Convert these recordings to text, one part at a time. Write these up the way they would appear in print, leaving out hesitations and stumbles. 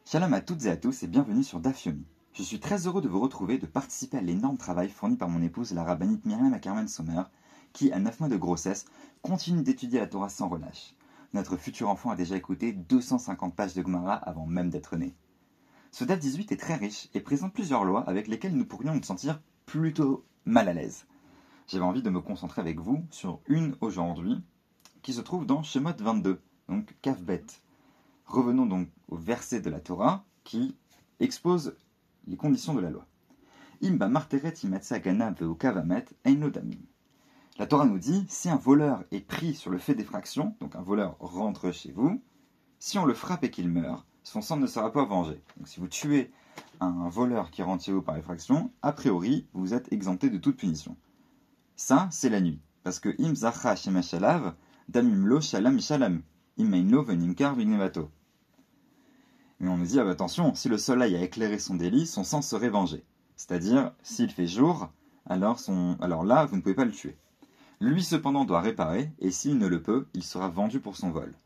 Shalom à toutes et à tous et bienvenue sur Daf Yomi. Je suis très heureux de vous retrouver et de participer à l'énorme travail fourni par mon épouse, la rabbinite Myriam Ackerman Sommer, qui, à 9 mois de grossesse, continue d'étudier la Torah sans relâche. Notre futur enfant a déjà écouté 250 pages de Gemara avant même d'être né. Ce Daf 18 est très riche et présente plusieurs lois avec lesquelles nous pourrions nous sentir plutôt mal à l'aise. J'avais envie de me concentrer avec vous sur une aujourd'hui, qui se trouve dans Shemot 22, donc Kafbet. Revenons donc au verset de la Torah qui expose les conditions de la loi. Imba marteret imatsa gana veokavamet eino damim. La Torah nous dit, si un voleur est pris sur le fait d'effraction, donc un voleur rentre chez vous, si on le frappe et qu'il meurt, son sang ne sera pas vengé. Donc si vous tuez un voleur qui rentre chez vous par effraction, a priori, vous êtes exempté de toute punition. Ça, c'est la nuit. Parce que im zacha shemashalav, damim lo shalam shalam, imainlo venimkar vignevato. Mais on nous dit, attention, si le soleil a éclairé son délit, son sang serait vengé. C'est-à-dire, s'il fait jour, alors là, vous ne pouvez pas le tuer. Lui, cependant, doit réparer, et s'il ne le peut, il sera vendu pour son vol.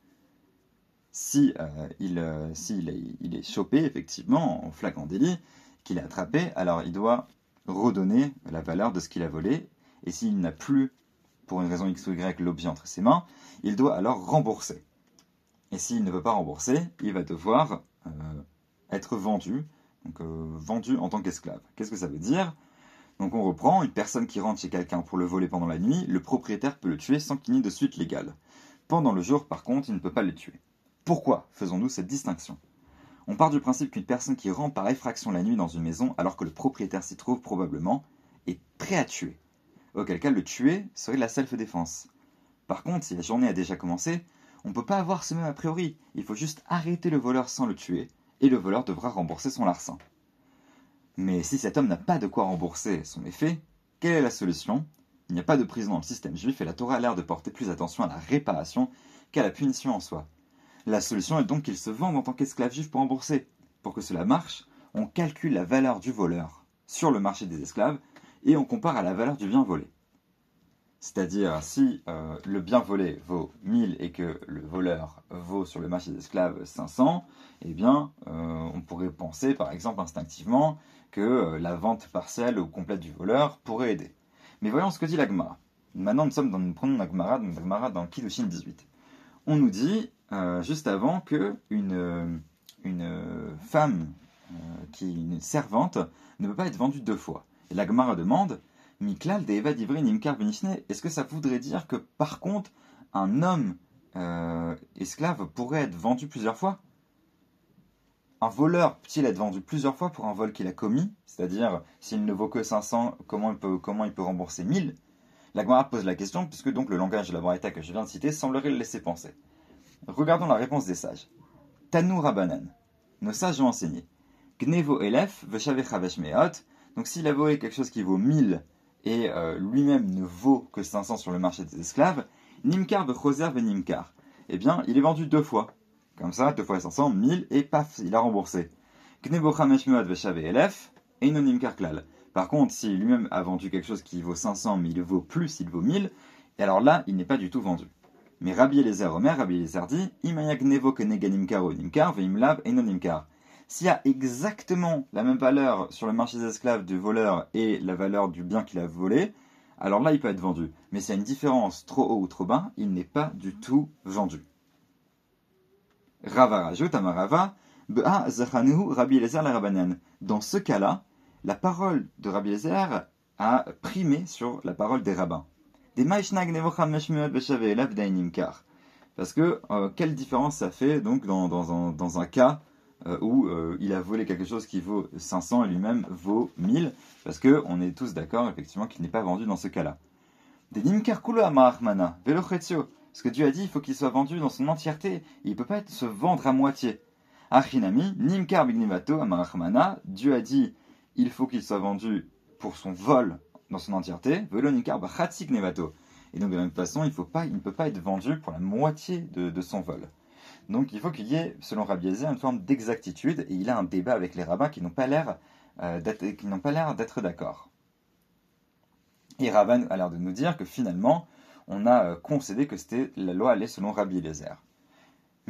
Si il est chopé, effectivement, en flagrant délit, qu'il est attrapé, alors il doit redonner la valeur de ce qu'il a volé, et s'il n'a plus, pour une raison X ou Y, l'objet entre ses mains, il doit alors rembourser. Et s'il ne veut pas rembourser, il va devoir être vendu, donc vendu en tant qu'esclave. Qu'est-ce que ça veut dire ? Donc on reprend, une personne qui rentre chez quelqu'un pour le voler pendant la nuit, le propriétaire peut le tuer sans qu'il n'y ait de suite légale. Pendant le jour, par contre, il ne peut pas le tuer. Pourquoi faisons-nous cette distinction ? On part du principe qu'une personne qui rentre par effraction la nuit dans une maison, alors que le propriétaire s'y trouve probablement, est prêt à tuer. Auquel cas, le tuer serait la self-défense. Par contre, si la journée a déjà commencé, on ne peut pas avoir ce même a priori. Il faut juste arrêter le voleur sans le tuer, et le voleur devra rembourser son larcin. Mais si cet homme n'a pas de quoi rembourser son méfait, quelle est la solution ? Il n'y a pas de prison dans le système juif et la Torah a l'air de porter plus attention à la réparation qu'à la punition en soi. La solution est donc qu'il se vende en tant qu'esclave juif pour rembourser. Pour que cela marche, on calcule la valeur du voleur sur le marché des esclaves et on compare à la valeur du bien volé. C'est-à-dire, si le bien volé vaut 1000 et que le voleur vaut sur le marché des esclaves 500, eh bien, on pourrait penser, par exemple, instinctivement, que la vente partielle ou complète du voleur pourrait aider. Mais voyons ce que dit la Gemara. Maintenant, nous prenons la Gemara dans Kiddushin 18. On nous dit, juste avant, qu'une femme, une servante, ne peut pas être vendue deux fois. Et la Gemara demande... Miklal de'evad ivri nimkar benishne, est-ce que ça voudrait dire que, par contre, un homme esclave pourrait être vendu plusieurs fois ? Un voleur peut-il être vendu plusieurs fois pour un vol qu'il a commis ? C'est-à-dire, s'il ne vaut que 500, comment il peut rembourser 1000 ? La Gemara pose la question, puisque donc le langage de la Braïta que je viens de citer semblerait le laisser penser. Regardons la réponse des sages. Tanu Rabanan. Nos sages ont enseigné. Gnevo elef veshavecha veshmeot. Donc s'il a volé quelque chose qui vaut 1000, et lui-même ne vaut que 500 sur le marché des esclaves, Nimkar bechoser venimkar. Eh bien, il est vendu deux fois. Comme ça, 2 fois 500, 1000, et paf, il a remboursé. Knebo chamesh meot veshave elef, et non nimkar klal. Par contre, si lui-même a vendu quelque chose qui vaut 500, mais il vaut plus, il vaut 1000, et alors là, il n'est pas du tout vendu. Mais Rabbi Eliezer Omer, Rabbi Eliezer dit, Imaya gnevo kenega nimkar ou nimkar, veimlav et non nimkar. S'il y a exactement la même valeur sur le marché des esclaves du voleur et la valeur du bien qu'il a volé, alors là, il peut être vendu. Mais s'il y a une différence trop haut ou trop bas, il n'est pas du tout vendu. Rava rajoute, Amarava, Be'a zachanehu Rabbi Eliezer la Rabanan. Dans ce cas-là, la parole de Rabbi Eliezer a primé sur la parole des rabbins. Parce que quelle différence ça fait donc dans un cas où il a volé quelque chose qui vaut 500 et lui-même vaut 1000, parce qu'on est tous d'accord effectivement qu'il n'est pas vendu dans ce cas-là. Ce que Dieu a dit, il faut qu'il soit vendu dans son entièreté, il ne peut pas se vendre à moitié. Achinami, nimkar bignivato amarachmana, Dieu a dit, il faut qu'il soit vendu pour son vol dans son entièreté, velo nimkar bachatzik nevato. Et donc de la même façon, il ne peut pas être vendu pour la moitié de son vol. Donc il faut qu'il y ait, selon Rabbi Eliezer, une forme d'exactitude, et il a un débat avec les rabbins qui n'ont pas l'air d'être d'accord. Et Ravan a l'air de nous dire que finalement, on a concédé que la loi allait selon Rabbi Eliezer.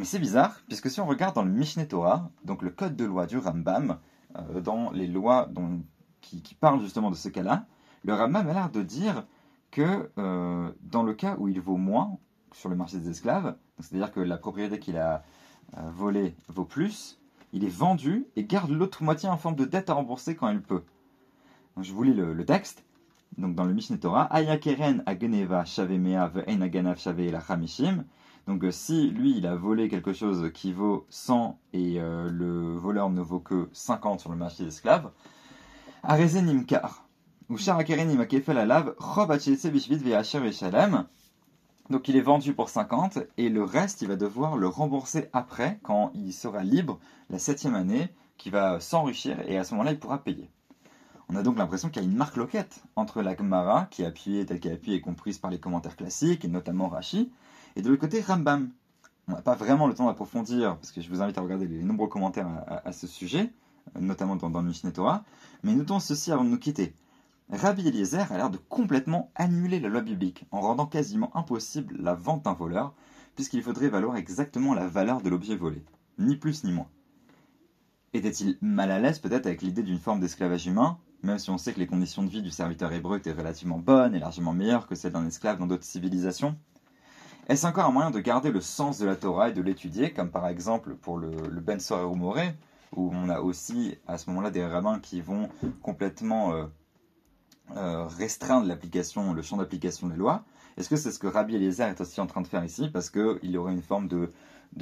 Mais c'est bizarre, puisque si on regarde dans le Mishneh Torah, donc le code de loi du Rambam, dans les lois qui parlent justement de ce cas-là, le Rambam a l'air de dire que dans le cas où il vaut moins sur le marché des esclaves, c'est-à-dire que la propriété qu'il a volée vaut plus, il est vendu et garde l'autre moitié en forme de dette à rembourser quand il peut. Donc, je vous lis le texte. Donc dans le Mishneh Torah, Ayakeren ageneva shavemea ve'en aganav shave la chamishim. Donc si lui il a volé quelque chose qui vaut 100 et le voleur ne vaut que 50 sur le marché d'esclaves, Arezen imkar. Ou sharakeren imakefel alav chob achetse bishvit ve'asher ve'shalem. Donc il est vendu pour 50 et le reste il va devoir le rembourser après quand il sera libre la 7e année, qui va s'enrichir et à ce moment-là il pourra payer. On a donc l'impression qu'il y a une marque loquette entre la Gemara, qui est appuyée telle qu'elle est appuyée et comprise par les commentaires classiques, et notamment Rashi, et de l'autre côté Rambam. On n'a pas vraiment le temps d'approfondir, parce que je vous invite à regarder les nombreux commentaires à ce sujet, notamment dans le Mishneh Torah, mais notons ceci avant de nous quitter. Rabbi Eliezer a l'air de complètement annuler la loi biblique, en rendant quasiment impossible la vente d'un voleur, puisqu'il faudrait valoir exactement la valeur de l'objet volé, ni plus ni moins. Était-il mal à l'aise peut-être avec l'idée d'une forme d'esclavage humain, même si on sait que les conditions de vie du serviteur hébreu étaient relativement bonnes et largement meilleures que celles d'un esclave dans d'autres civilisations? Est-ce encore un moyen de garder le sens de la Torah et de l'étudier, comme par exemple pour le Ben Sorer Moré, où on a aussi à ce moment-là des rabbins qui vont complètement restreindre l'application, le champ d'application des lois? Est-ce que c'est ce que Rabbi Eliezer est aussi en train de faire ici, parce qu'il y aurait une forme de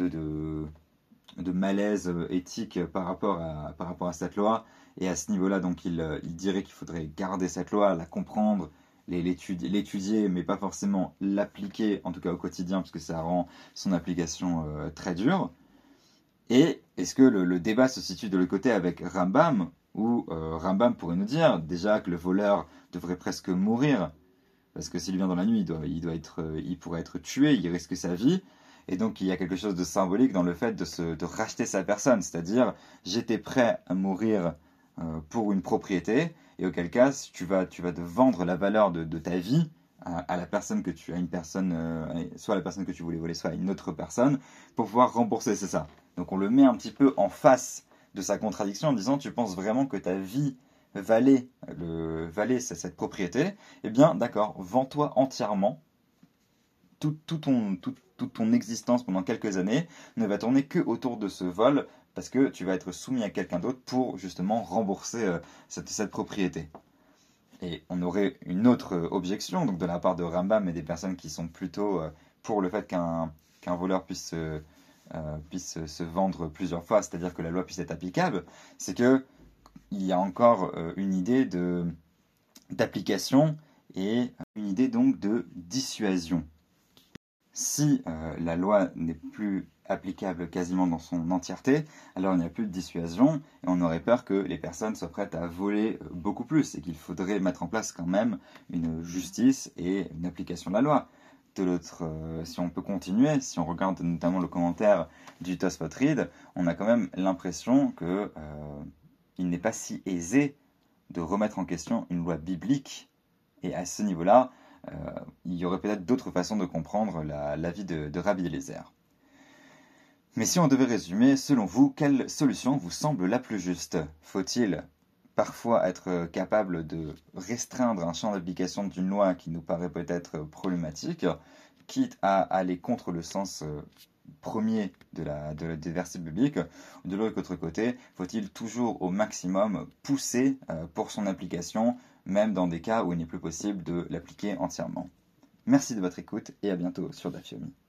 malaise éthique par rapport à cette loi, et à ce niveau-là, donc il dirait qu'il faudrait garder cette loi, la comprendre, l'étudier, mais pas forcément l'appliquer, en tout cas au quotidien, parce que ça rend son application très dure. Et est-ce que le débat se situe de l'autre côté avec Rambam, où Rambam pourrait nous dire déjà que le voleur devrait presque mourir, parce que s'il vient dans la nuit, il pourrait être tué, il risque sa vie. Et donc il y a quelque chose de symbolique dans le fait de racheter sa personne, c'est-à-dire j'étais prêt à mourir pour une propriété, et auquel cas tu vas te vendre la valeur de ta vie à la personne que tu, à une personne, soit à la personne que tu voulais voler, soit à une autre personne, pour pouvoir rembourser, c'est ça. Donc on le met un petit peu en face de sa contradiction en disant tu penses vraiment que ta vie valait cette propriété? Eh bien d'accord, vends-toi entièrement. Toute ton existence pendant quelques années ne va tourner que autour de ce vol, parce que tu vas être soumis à quelqu'un d'autre pour justement rembourser cette propriété. Et on aurait une autre objection donc de la part de Rambam et des personnes qui sont plutôt pour le fait qu'un voleur puisse se vendre plusieurs fois, c'est-à-dire que la loi puisse être applicable, c'est que il y a encore une idée d'application et une idée donc de dissuasion. Si la loi n'est plus applicable quasiment dans son entièreté, alors il n'y a plus de dissuasion et on aurait peur que les personnes soient prêtes à voler beaucoup plus et qu'il faudrait mettre en place quand même une justice et une application de la loi. De l'autre, si on peut continuer, si on regarde notamment le commentaire du Tosfot Reed, on a quand même l'impression que il n'est pas si aisé de remettre en question une loi biblique, et à ce niveau-là, il y aurait peut-être d'autres façons de comprendre l'avis de Rabbi Eliezer. Mais si on devait résumer, selon vous, quelle solution vous semble la plus juste? Faut-il parfois être capable de restreindre un champ d'application d'une loi qui nous paraît peut-être problématique, quitte à aller contre le sens premier des versets bibliques? De l'autre côté, faut-il toujours au maximum pousser pour son application, même dans des cas où il n'est plus possible de l'appliquer entièrement? Merci de votre écoute et à bientôt sur Daf Yomi.